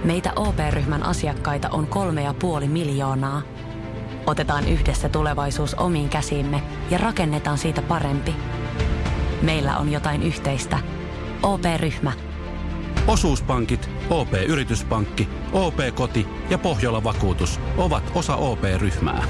Meitä OP-ryhmän asiakkaita on 3,5 miljoonaa. Otetaan yhdessä tulevaisuus omiin käsiimme ja rakennetaan siitä parempi. Meillä on jotain yhteistä. OP-ryhmä. Osuuspankit, OP-yrityspankki, OP-koti ja Pohjola-vakuutus ovat osa OP-ryhmää.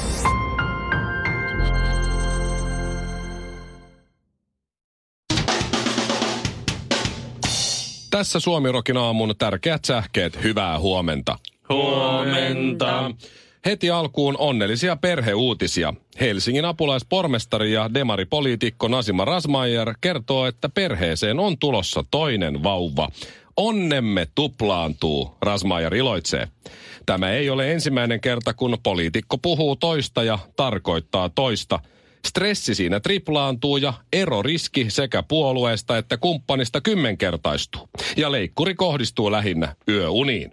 Tässä Suomi-rokin aamun tärkeät sähkeet. Hyvää huomenta. Huomenta. Heti alkuun onnellisia perheuutisia. Helsingin apulaispormestari ja demaripoliitikko Nasima Razmyar kertoo, että perheeseen on tulossa toinen vauva. Onnemme tuplaantuu, Razmyar iloitsee. Tämä ei ole ensimmäinen kerta, kun poliitikko puhuu toista ja tarkoittaa toista. Stressi siinä triplaantuu ja eroriski sekä puolueesta että kumppanista 10-kertaistuu. Ja leikkuri kohdistuu lähinnä yöuniin.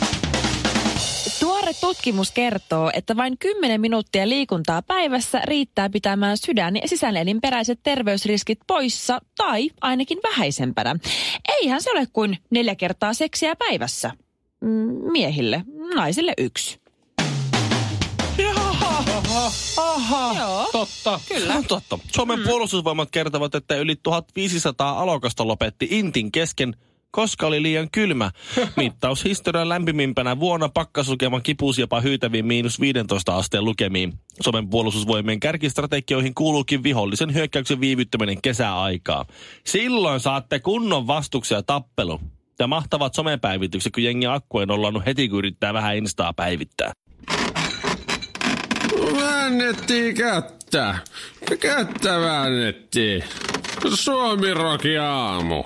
Tuore tutkimus kertoo, että vain 10 minuuttia liikuntaa päivässä riittää pitämään sydän- ja sisäelinperäiset terveysriskit poissa tai ainakin vähäisempänä. Eihän se ole kuin 4 kertaa seksiä päivässä. Miehille, naisille 1. Aha. Joo. Totta. Kyllä. On totta. Suomen puolustusvoimat kertovat, että yli 1500 alokasta lopetti intin kesken, koska oli liian kylmä. Mittaus historian lämpimimpänä vuonna pakkaslukeman kipusi jopa hyytäviin -15 asteen lukemiin. Suomen puolustusvoimien kärkistrategioihin kuuluukin vihollisen hyökkäyksen viivyttäminen kesäaikaa. Silloin saatte kunnon vastuksen ja tappelun. Ja mahtavat somepäivitykset, kun jengi akku ei nollannut heti, kun yrittää vähän instaa päivittää. Väännettiin kättä. Kättä väännettiin. Suomi-rokin aamu.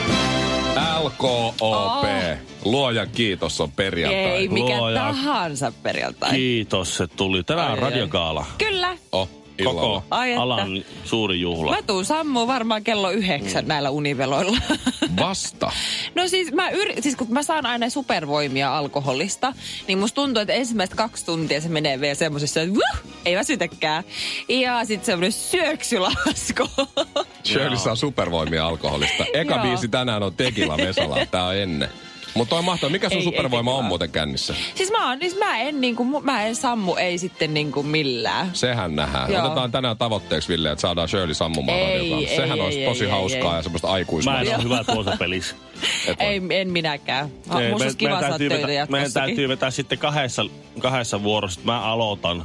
LKOP. Luojan kiitos on perjantai. Ei mikä Luoja. tahansa perjantai. Kiitos, se tuli. Tänään on radiogaala. Kyllä. Koko Illalla. Ai että. alan suuri juhla. Mä tuun sammuun varmaan kello 9 näillä univeloilla. Vasta. No siis kun mä saan aina supervoimia alkoholista, niin musta tuntuu, että ensimmäiset 2 tuntia se menee vielä semmosessa, että ei väsytäkään. Ja sit semmonen syöksylasku. Shirley saa supervoimia alkoholista. Eka Joo. biisi tänään on Tekila Vesala. Tää on ennen. Mutta on mahtavaa. Mikä sun Ei supervoima Tekila. on muuten kännissä? Siis mä en sammu, ei sitten niinku millään. Sehän nähdään. Joo. Otetaan tänään tavoitteeksi, Ville, että saadaan Shirley sammumaan Ei, radiokaan. ei, Sehän ei, olisi ei, tosi ei, hauskaa ei. ja semmoista Mä aikuismaista. en ole hyvä tuossa pelissä. En minäkään. Musta olisi kiva saada töitä meidän jatkossakin. täytyy vetää sitten kahdessa vuorossa. Mä aloitan.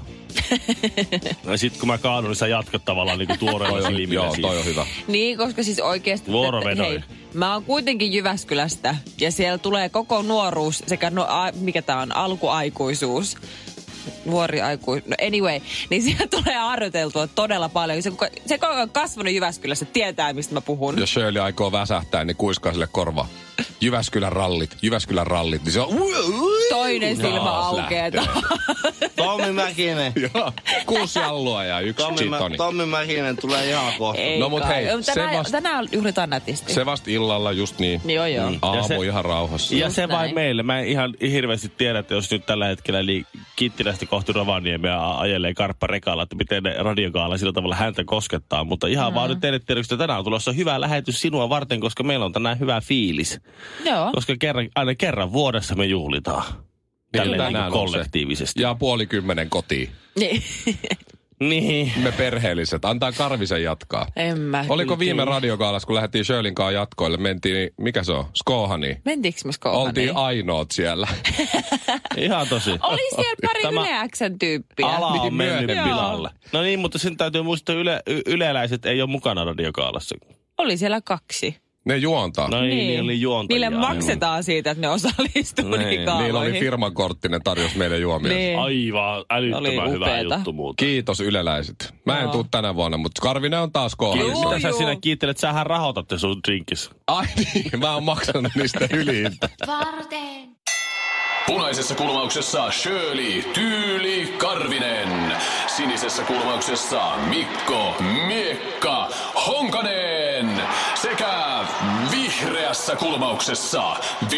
Ja sit kun mä kaadun, niin sä jatkat tavallaan niinku tuoreella silmillä. Joo, toi on hyvä. Niin, koska siis oikeesti... Vuorovedoin. Hei, mä oon kuitenkin Jyväskylästä ja siellä tulee koko nuoruus sekä mikä tää on, alkuaikuisuus. Nuori aikuisuus. No anyway, niin siellä tulee harjoiteltua todella paljon. Se joka on kasvanut Jyväskylässä tietää, mistä mä puhun. Jos Shirley aikoo väsähtää, niin kuiskaa sille korva. Jyväskylän rallit, niin se on... Toinen silmä aukeaa. Tommi Mäkinen. Joo, 6 jallua ja 1 chitoni. Tommi Mäkinen tulee ihan kohta. Ei No mut kai. hei, Tänään juhlitaan nätisti. Se vasta illalla, just niin. Joo. Aamu Ja se- ihan rauhassa. Ja Just se vain näin. meille. Mä en ihan hirveästi tiedä, että jos nyt tällä hetkellä eli Kittilästä kohti Rovaniemellä ajelee karpparekalla, että miten ne radiogaala sillä tavalla häntä koskettaa. Mutta ihan vaan nyt teille tiedoksi, että tänään on tulossa hyvä lähetys sinua varten, koska meillä on tänään hyvä fiilis. Joo. Koska aina kerran vuodessa me juhlitaan. Tälleen tänään niin on se. kollektiivisesti. Ja 9:30 kotiin. Niin. Niin. Me perheelliset. Antaa Karvisen jatkaa. En mä Oliko kyllä viime tiedä. radiogaalassa, kun lähdettiin Shirleyn kanssa jatkoille, mentiin, mikä se on, Skohaniin? Mentiinkö me Skohaniin? Oltiin ainoat siellä. Ihan tosi. Oli siellä pari Tämä Yle X:n tyyppiä. Ala on Niin mennyt myöhemmin. pilalle. No niin, mutta sen täytyy muistaa, yleläiset ei ole mukana radiogaalassa. Oli siellä 2. Ne juontaa. No niin oli juontajia. Niille maksetaan siitä, että ne osallistuu Niin. niihin kaaloihin. Niillä oli firman kortti, ne tarjosi meille juomia. Niin. Aivan älyttömän Oli hyvä upeeta. juttu muuten. Kiitos yleläiset. Mä en Joo. tuu tänä vuonna, mutta Karvinen on taas kohdassa. Mitä sä Juu. siinä kiittelet? Sähän rahoitatte sun drinkissä. Ai niin, mä oon maksanut niistä yliintä. Punaisessa kulmauksessa Shirley Tyyli Karvinen. Sinisessä kulmauksessa Mikko Miekka Honkanen. Sekä vihreässä kulmauksessa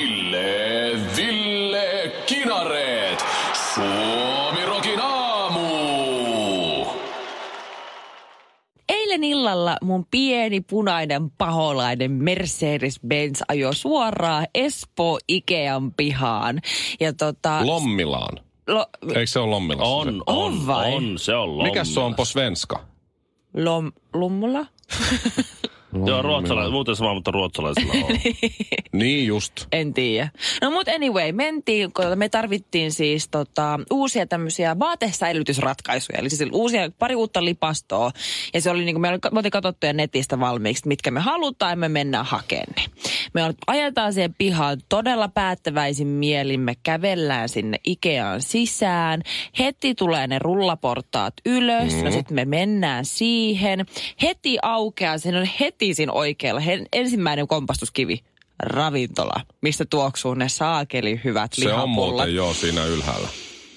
Ville Kinareet. Suomi Rokin aamu. Eilen illalla illalla mun pieni punainen paholainen Mercedes-Benz ajoi suoraan Espoo Ikean pihaan. Ja Lommilaan. Eikö se ole Lommilassa? On vai? On, se on Lommilassa. Mikäs se on po svenska? Lummula? Joo, ruotsalaisilla, muuten sama, mutta ruotsalaisilla on. Niin just. En tiedä. No mut anyway, me tarvittiin siis uusia tämmöisiä vaatesäilytysratkaisuja. Eli siis pari uutta lipastoa. Ja se oli me oltiin katsottu netistä valmiiksi, mitkä me halutaan ja me mennään hakemaan ne. Me ajetaan siihen pihaan todella päättäväisin mielin. Me kävellään sinne Ikeaan sisään. Heti tulee ne rullaportaat ylös. No sitten me mennään siihen. Heti aukeaa, sen on heti siinä oikealla ensimmäinen kompastuskivi. Ravintola, mistä tuoksuu ne saakeli hyvät lihapullat. Se on muuten joo siinä ylhäällä.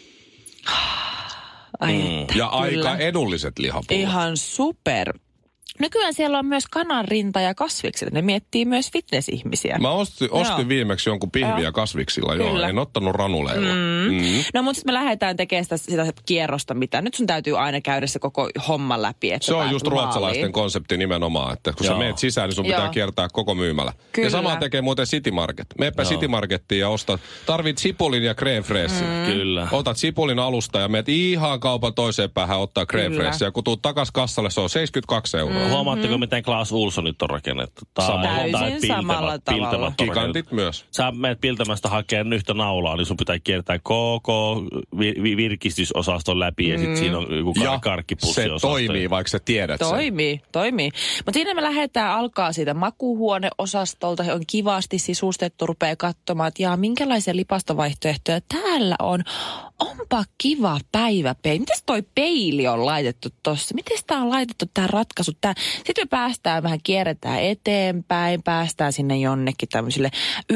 Ja aika edulliset lihapullat. Ihan super. Nykyään siellä on myös kananrinta ja kasvikset. Ne miettii myös fitness-ihmisiä. Mä ostin viimeksi jonkun pihviä kasviksilla, en ottanut ranuleilla. No mutta sitten me lähdetään tekemään sitä kierrosta, mitä nyt sun täytyy aina käydä se koko homma läpi. Että se on just ruotsalaisten konsepti nimenomaan, että kun sä meet sisään, niin sun pitää kiertää koko myymälä. Kyllä. Ja sama tekee muuten City Market. Meepä City Markettiin ja tarvit sipulin ja crème fraîche. Kyllä. Otat sipulin alusta ja meet ihan kaupan toiseen päähän ottaa crème fraîche. Ja kun tuut takas kassalle, se on 72 €. Huomaatteko, miten Klaas Ulssonit on rakennettu? Täysin samalla tavalla. Gigantit myös. Sä menet piltämästä hakemaan yhtä naulaa, niin sun pitää kiertää koko virkistysosaston läpi ja sitten siinä on joku karkkipussiosasto. Se toimii, vaikka sä tiedät sen. Toimii. Mutta siinä me alkaa siitä makuuhuoneosastolta. On kivasti sisustettu, rupeaa katsomaan, että minkälaisia lipastovaihtoehtoja täällä on. Onpa kiva päiväpeili. Mites toi peili on laitettu tossa? Miten tää on laitettu tää ratkaisu? Sitten me vähän kierretään eteenpäin, päästään sinne jonnekin tämmöisille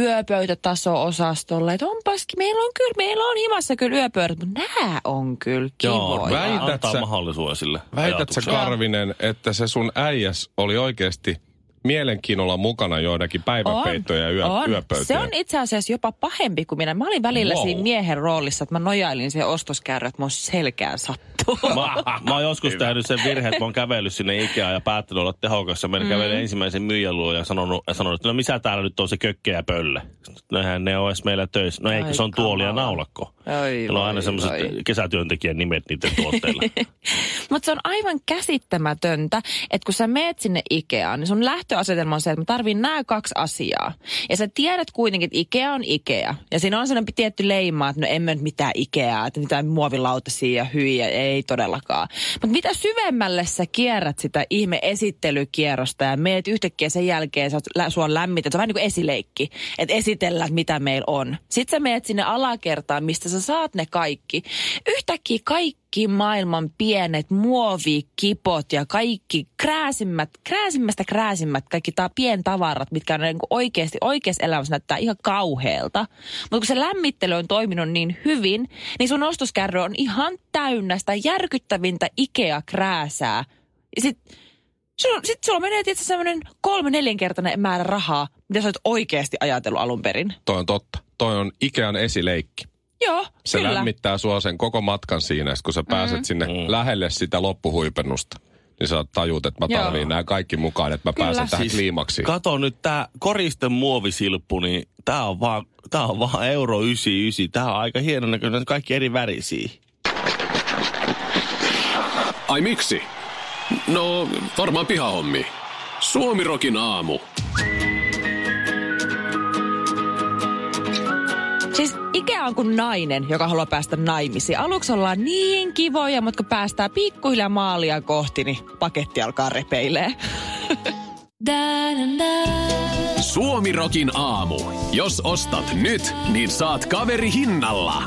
yöpöytätaso-osastolle. Että onpaskin, meillä on himassa kyllä yöpöydät, mutta nää on kyllä kivoja. Antaa mahdollisuuden sille. Väität sä, Karvinen, että se sun äijäs oli oikeasti mielenkiinnolla mukana joidakin päiväpeittoja ja yöpöytiä? Se on itse asiassa jopa pahempi kuin minä. Mä olin välillä siinä miehen roolissa, että mä nojailin siihen ostoskärryyn, että mun selkään sattuu. Mä oon joskus tehnyt sen virheen, että mä oon kävellyt sinne Ikeaan ja päättänyt olla tehokas. Ja mä kävelin ensimmäisen myyjän luo ja sanonut, että no missä täällä nyt on se kökkä ja pölle? Näinhän ne on edes meillä töissä. No eikö se on tuoli ja naulakko. Meillä on aina semmoiset kesätyöntekijän nimet niiden tuotteilla. Mutta se on aivan käsittämätöntä, että kun sä meet sinne Ikeaan, niin sun lähtöasetelma on se, että mä tarvin nämä 2 asiaa. Ja sä tiedät kuitenkin, että Ikea on Ikea. Ja siinä on sellainen tietty leima, että no emme nyt mitään Ikeaa, että mitään muovilautasia ja hyviä, ei todellakaan. Mutta mitä syvemmälle sä kierrät sitä ihme esittelykierrosta ja meet yhtäkkiä sen jälkeen, sua on lämmitetty, se on vähän niin kuin esileikki, että esitellään, mitä meillä on. Sitten sä meet sinne alakertaan, mistä sä saat ne kaikki. Yhtäkkiä kaikki maailman pienet muovikipot ja kaikki krääsimmästä kaikki pientavarat, mitkä on niin oikeassa elämässä näyttää ihan kauhealta. Mutta kun se lämmittely on toiminut niin hyvin, niin sun ostoskärry on ihan täynnä sitä järkyttävintä Ikea-krääsää. Ja sitten sulla menee tietysti semmoinen 3-4-kertainen määrä rahaa, mitä sä olet oikeasti ajatellut alun perin. Toi on totta. Toi on Ikean esileikki. Joo, se kyllä. Lämmittää sua sen koko matkan siinä, kun sä pääset sinne lähelle sitä loppuhuipennusta. Niin sä tajut, että mä tarviin nämä kaikki mukaan, että mä pääsen tähän kliimaksiin. Kato nyt, tää koristen muovisilppu, niin tää on vaan €1,99. Tää on aika hienon näköinen, kaikki eri värisiä. Ai miksi? No, varmaan pihahommi. Suomirokin aamu. Siis Ikea on kuin nainen, joka haluaa päästä naimisiin. Aluksi ollaan niin kivoja, mutta kun päästään pikkuhiljaa maalia kohti, niin paketti alkaa repeilee. Suomirokin aamu. Jos ostat nyt, niin saat kaveri hinnalla.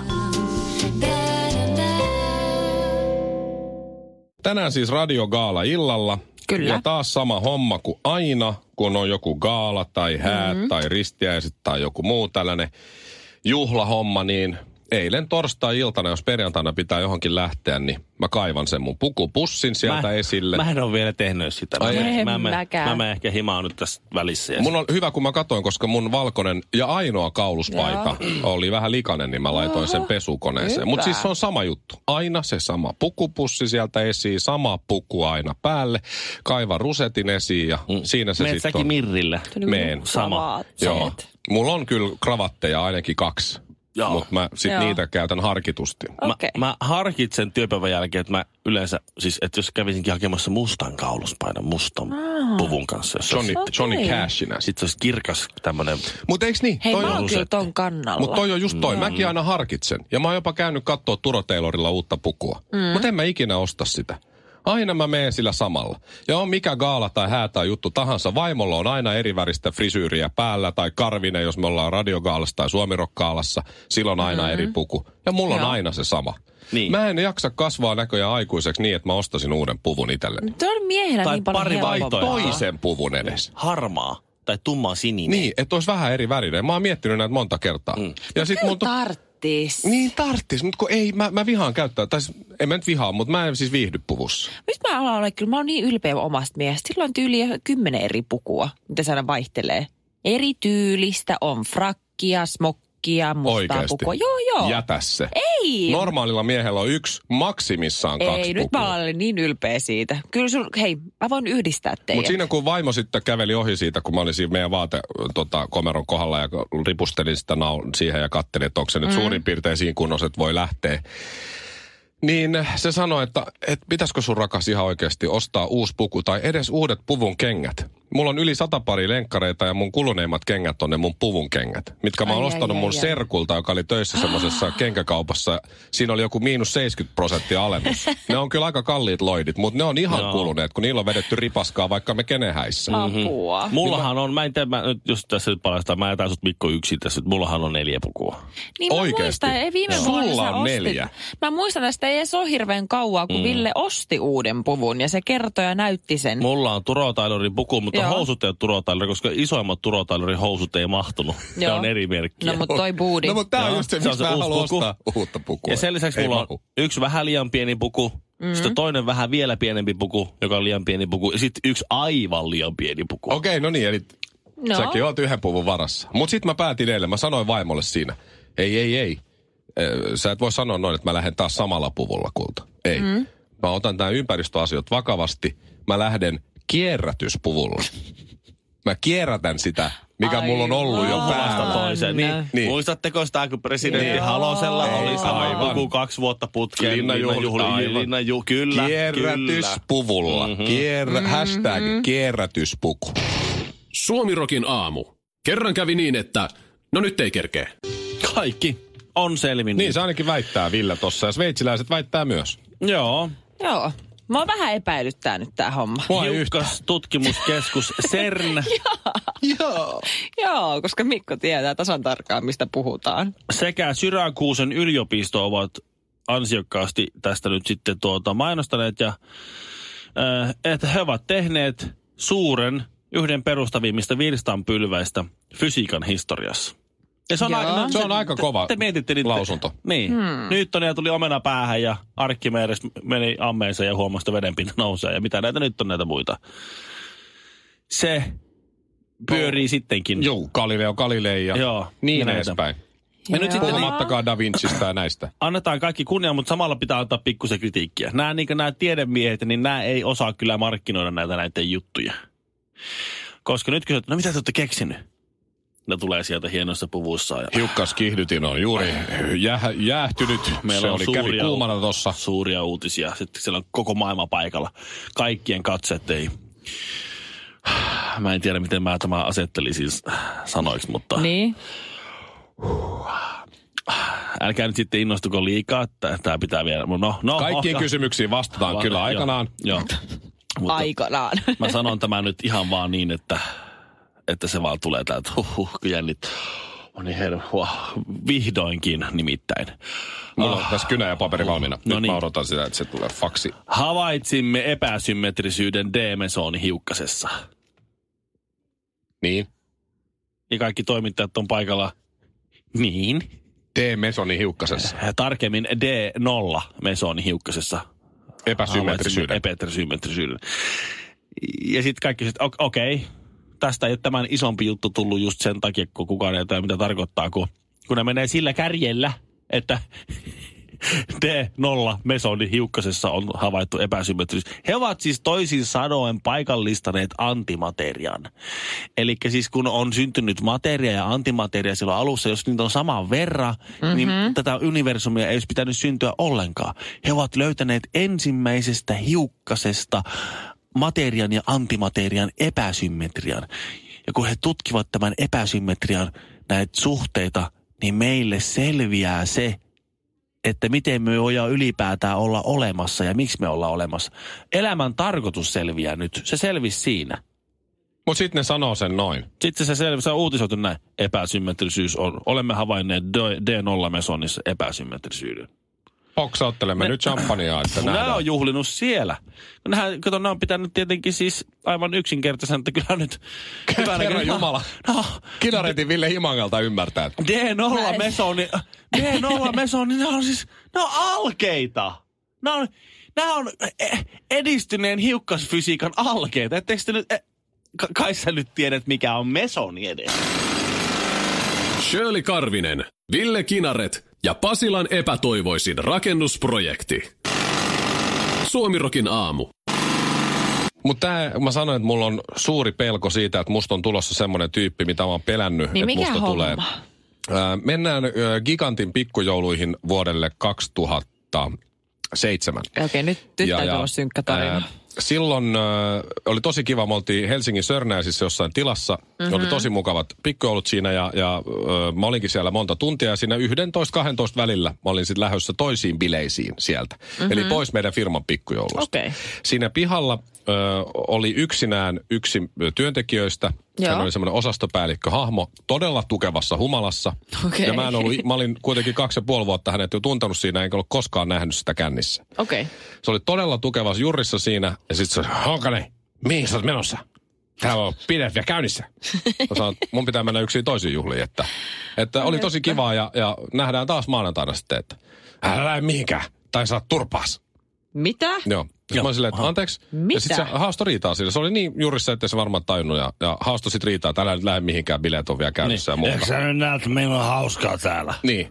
Tänään siis radiogaala illalla. Kyllä. Ja taas sama homma kuin aina, kun on joku gaala tai häät tai ristiäiset tai joku muu tällainen juhlahomma, niin eilen torstai-iltana, jos perjantaina pitää johonkin lähteä, niin mä kaivan sen mun pukupussin sieltä esille. Mä en ole vielä tehnyt sitä. Mä menen ehkä himaan nyt tässä välissä. Mun on hyvä, kun mä katoin, koska mun valkoinen ja ainoa kauluspaita oli vähän likainen, niin mä laitoin sen pesukoneeseen. Mutta siis se on sama juttu. Aina se sama pukupussi sieltä esiin, sama puku aina päälle. Kaivan rusetin esiin ja siinä se sitten on. Säkin Mirrille. Meen. Sama. Joo. Mulla on kyllä kravatteja ainakin 2. Mutta mä sit niitä käytän harkitusti. Okay. Mä harkitsen työpäivän jälkeen, että mä yleensä, siis että jos kävisinkin hakemassa mustan kauluspaidan mustan puvun kanssa. Johnny Cashina. Sitten se olisi kirkas tämmönen. Mutta eiks niin? Hei, mä oon kyllä ton kannalla. Mutta toi on just toi. Mäkin aina harkitsen. Ja mä oon jopa käynyt kattoo Turo Taylorilla uutta pukua. Mutta en mä ikinä osta sitä. Aina mä menen sillä samalla. Ja on mikä gaala tai hää tai juttu tahansa. Vaimolla on aina eri väristä frisyyriä päällä tai karvinen, jos me ollaan radiogaalassa tai suomirokkaalassa. Silloin aina eri puku. Ja mulla on aina se sama. Niin. Mä en jaksa kasvaa näköjään aikuiseksi niin, että mä ostasin uuden puvun itselleni. Tuo on miehellä tai niin paljon helpompaa. Tai toisen puvun edes. Harmaa tai tummaa sininen. Niin, että olisi vähän eri värinen. Mä oon miettinyt näitä monta kertaa. Ja sit tarttis. Niin tarttis, mutta kun ei, mä vihaan käyttää, tai en mä nyt vihaa, mutta mä en siis viihdy puvussa. Nyt mä alan olla, kyllä mä oon niin ylpeä omasta miehestä. Sillä on tyyliä 10 eri pukua, mitä se aina vaihtelee. Eri tyylistä on frakkia, smokkia, mustaa pukua. Joo. Jätä se. Ei. Normaalilla miehellä on 1, maksimissaan 2 Ei, nyt mä olen niin ylpeä siitä. Kyllä hei, mä voin yhdistää teidät. Mutta siinä kun vaimo sitten käveli ohi siitä, kun mä olin siinä meidän vaatekomeron kohdalla ja ripustelin sitä siihen ja kattelin, että onko se nyt suurin piirtein siinä kunnossa, että voi lähteä. Niin se sanoi, että pitäisikö sun rakas ihan oikeasti ostaa uusi puku tai edes uudet puvun kengät. Mulla on yli 100 pari lenkkareita ja mun kuluneimmat kengät on ne mun puvun kengät. Mitkä mä oon ostanut mun serkulta, joka oli töissä semmoisessa kenkäkaupassa. Siinä oli joku -70% alennus. Ne on kyllä aika kalliit loidit, mutta ne on ihan kuluneet, kun niillä on vedetty ripaskaa vaikka me kenehäissä. Apua. Mullahan on, mä en tiedä, jos tässä nyt paljastaa, mä jätän sut Mikko yksin tässä, mullahan on 4 pukua. Niin oikeesti? Sulla on 4. Mä muistan, että sitä ei edes ole hirveän kauaa, kun Ville osti uuden puvun ja se kertoi ja näytti sen. Mulla on Turo Taylorin puku, mutta housut ei ole Turo Taylor, koska isoimmat Turo Taylorin housut ei mahtunut. Ne on eri merkkiä. No, mutta toi boodi. No, mutta tää on just se, mistä mä haluan ostaa uutta pukua. Ja sen lisäksi mulla on yksi vähän liian pieni puku, sitten toinen vähän vielä pienempi puku, joka on liian pieni puku, ja sitten yksi aivan liian pieni puku. Okei, no niin, eli säkin oot 1 puvun varassa. Mutta sitten mä päätin eilen, mä sanoin vaimolle siinä, ei. Sä et voi sanoa noin, että mä lähden taas samalla puvulla, kulta. Ei. Mä otan tämän ympäristöasiat vakavasti. Mä lähden kierrätyspuvulla. Mä kierrätän sitä, mikä mulla on ollut jo päästä toiseen. Niin. Muistatteko sitä, kun presidentti Halosella oli sama puku 2 vuotta putkeen? Kyllä. Kierrätyspuvulla. Hashtag kierrätyspuku. Suomirokin aamu. Kerran kävi niin, että no nyt ei kerkeä. Kaikki on selvinnyt. Niin se ainakin väittää Ville tossa ja sveitsiläiset väittää myös. Joo. Mä oon vähän epäilyttää nyt tää homma. Hiukkas tutkimuskeskus CERN. Joo, koska Mikko tietää tasan tarkkaan, mistä puhutaan. Sekä Syrakuusen yliopisto ovat ansiokkaasti tästä nyt sitten mainostaneet ja että he ovat tehneet yhden perustavimmista virstanpylväistä fysiikan historiassa. Ja se on aika kova lausunto. Niin. Newtonia tuli omena päähän ja Archimedes meni ammeensa ja huomasi, että vedenpinta nousee. Ja mitä näitä nyt on näitä muita. Se pyörii sittenkin. Joo, Galilei ja niin edespäin. Ja nyt sitten puhumattakaan Da Vincistä ja näistä. Annetaan kaikki kunnia, mutta samalla pitää antaa pikkusen kritiikkiä. Nämä tiedemiehet, niin nämä ei osaa kyllä markkinoida näitä juttuja. Koska nyt kysytään, no mitä te olette keksinyt? Ne tulee sieltä hienoissa puvuissa. Hiukkaskiihdytin on juuri jäähtynyt. Meillä on kävi kuumana tossa. Suuria uutisia. Sitten siellä on koko maailma paikalla. Kaikkien katseet ei. Mä en tiedä, miten mä tämä asettelisin sanoiksi, mutta... Niin. Älkää nyt sitten innostuko liikaa, että tämä pitää vielä... Kaikkiin kysymyksiin vastataan kyllä aikanaan. Joo. Aikanaan. Mä sanon tämän nyt ihan vaan niin, että se vaan tulee täältä, jännit. Niin vihdoinkin nimittäin. Mulla on tässä kynä ja paperi valmiina. Nyt niin. Mä odotan sitä, että se tulee faksi. Havaitsimme epäsymmetrisyyden D-mesonihiukkasessa. Niin. Ja kaikki toimittajat on paikalla. Niin. D-mesonihiukkasessa. Tarkemmin D0-mesonihiukkasessa. Epäsymmetrisyyden. Ja sitten kaikki, okei, tästä ei ole tämän isompi juttu tullut just sen takia, kun kukaan ei tiedä, mitä tarkoittaa, kun ne menee sillä kärjellä, että D0-mesonihiukkasessa on havaittu epäsymmetrisyys. He ovat siis toisin sanoen paikallistaneet antimaterian. Eli siis kun on syntynyt materia ja antimateria silloin alussa, jos niitä on saman verran, niin tätä universumia ei olisi pitänyt syntyä ollenkaan. He ovat löytäneet ensimmäisestä hiukkasesta materian ja antimaterian epäsymmetrian. Ja kun he tutkivat tämän epäsymmetrian näitä suhteita, niin meille selviää se, että miten me voidaan ylipäätään olla olemassa ja miksi me ollaan olemassa. Elämän tarkoitus selviää nyt. Se selvisi siinä. Mutta sitten ne sanoo sen noin. Sitten se on uutisoitu näin. Epäsymmetrisyys on. Olemme havainneet D0-mesonissa epäsymmetrisyyden. Oksauttelemme nyt champagnea, että nähdään. Nämä on juhlinut siellä. Kato, nämä on pitänyt tietenkin siis aivan yksinkertaisen, että kyllä nyt... Herran Jumala. Kinaretin Ville Himangalta ymmärtää. D0-mesoni, ne on alkeita. Nämä on edistyneen hiukkasfysiikan alkeita. Etteikö te nyt... Kai sä nyt tiedät, mikä on mesoni edes? Shirley Karvinen, Ville Kinaret ja Pasilan epätoivoisin rakennusprojekti. Suomirokin aamu. Mutta mä sanoin, että mulla on suuri pelko siitä, että musta on tulossa semmoinen tyyppi, mitä mä oon pelännyt, niin että musta homma? tulee. Mennään Gigantin pikkujouluihin vuodelle 2007. Okei, nyt täytyy olla synkkä tarina. Silloin oli tosi kiva, me oltiin Helsingin Sörnäisissä jossain tilassa. Oli tosi mukavat pikkujoulut siinä ja mä olinkin siellä monta tuntia ja siinä 11-12 välillä mä olin sitten lähdössä toisiin bileisiin sieltä. Eli pois meidän firman pikkujoulusta. Okay. Siinä pihalla oli yksinään yksi työntekijöistä. Hän oli semmoinen osastopäällikköhahmo, todella tukevassa humalassa. Okay. Ja mä olin kuitenkin 2,5 vuotta hänet jo tuntenut siinä, enkä ollut koskaan nähnyt sitä kännissä. Okay. Se oli todella tukevassa jurrissa siinä, ja sitten se oli, Honkanen, mihin sä oot menossa? Täällä on pidet vielä käynnissä. Mä sanoin, mun pitää mennä yksin toisiin juhliin, että oli tosi kivaa, ja nähdään taas maanantaina sitten, että älä lähde mihinkään, tai saat turpaas. Mitä? Joo. Mä olin silleen, että anteeksi. Mitä? Ja sitten se haastoi riitaa siinä. Se oli niin jurissa, ettei se varmaan tajunnut. Ja haastoi sitten riitaa, että älä nyt lähde mihinkään, bileet on vielä käynnissä ja muuta. Eikö sä nyt näe, että meillä on hauskaa täällä? Niin.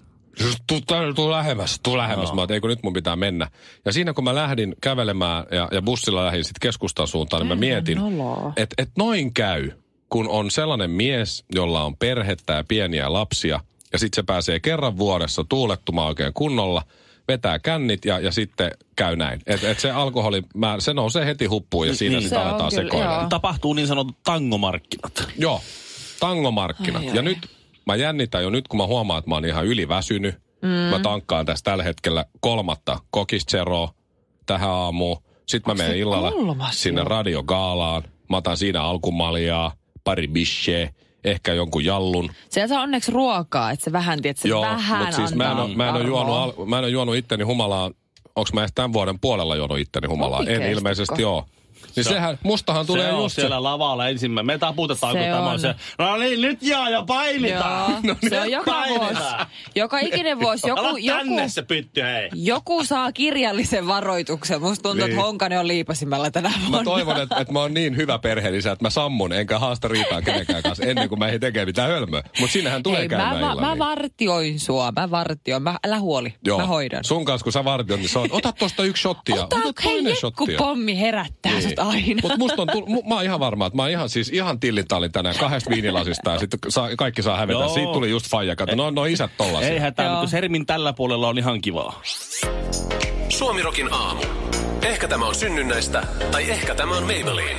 Tuu lähemmäs. Mä oon, eikö nyt mun pitää mennä. Ja siinä kun mä lähdin kävelemään ja bussilla lähdin sitten keskustan suuntaan, niin mä mietin, että noin käy, kun on sellainen mies, jolla on perhettä ja pieniä lapsia. Ja sitten se pääsee kerran vuodessa tuulettumaan oikein kunnolla. Vetää kännit ja sitten käy näin. Et se alkoholi, se nousee heti huppuun ja siinä sitten aletaan sekoilemaan. Tapahtuu niin sanotut tangomarkkinat. Joo, tangomarkkinat. Ja nyt mä jännitän jo nyt, kun mä huomaan, että mä oon ihan yliväsynyt. Mä tankkaan tässä tällä hetkellä 3. kokisteroa tähän aamuun. Sitten mä menen illalla sinne radiogaalaan. Mä otan siinä alkumaljaa, pari bichee. Ehkä jonkun jallun. Sieltä on onneksi ruokaa, että se vähän, tiedät, vähän mutta siis mä en ole juonut itteni humalaan. Onko mä edes tämän vuoden puolella juonut itteni humalaan? En ilmeisesti ole. Niin mustahan tulee just se. Siellä lavalla ensimmäinen. Me taputetaan, kun tämä on se. No niin, nyt ja painitaan. No, se on joka vuosi. Joka ikinen vuosi. Tänne se pytty, hei. Joku saa kirjallisen varoituksen. Musta tuntuu, että Honkanen on liipasimella tänä vuonna. Mä toivon, että mä oon niin hyvä perheellisä, että mä sammun, enkä haasta riitaa kenenkään kanssa ennen kuin mä ei tekee mitään hölmöä. Mutta sinnehän tulee käymään illalla. Mä vartioin sua. Älä huoli. Joo. Mä hoidan. Sun kanssa, kun sä vartioit, niin se on, ota tosta yksi shottia. Ota toinen shottia. Pommi herättää sut aina. Mutta musta on mä oon ihan varma, että mä oon ihan tillintallin tänään 2 viinilasista ja sitten kaikki saa hävetä. Joo. Siitä tuli just faija. Kato, no isät tollasia. Ei hätää, mutta Hermin tällä puolella on ihan kivaa. Suomirokin aamu. Ehkä tämä on synnynnäistä, tai ehkä tämä on Maybelline.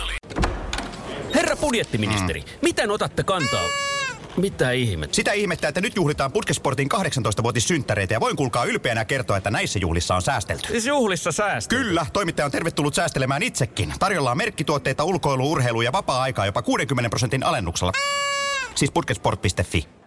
Herra budjettiministeri, miten otatte kantaa? Mitä ihmettä? Sitä ihmettä, että nyt juhlitaan Putkesportin 18-vuotissynttäreitä ja voin kuulkaa ylpeänä kertoa, että näissä juhlissa on säästelty. Siis juhlissa säästelty? Kyllä, toimittaja on tervetullut säästelemään itsekin. Tarjolla on merkkituotteita, ulkoilu, urheilu ja vapaa-aikaa jopa 60% alennuksella. Siis putkesport.fi.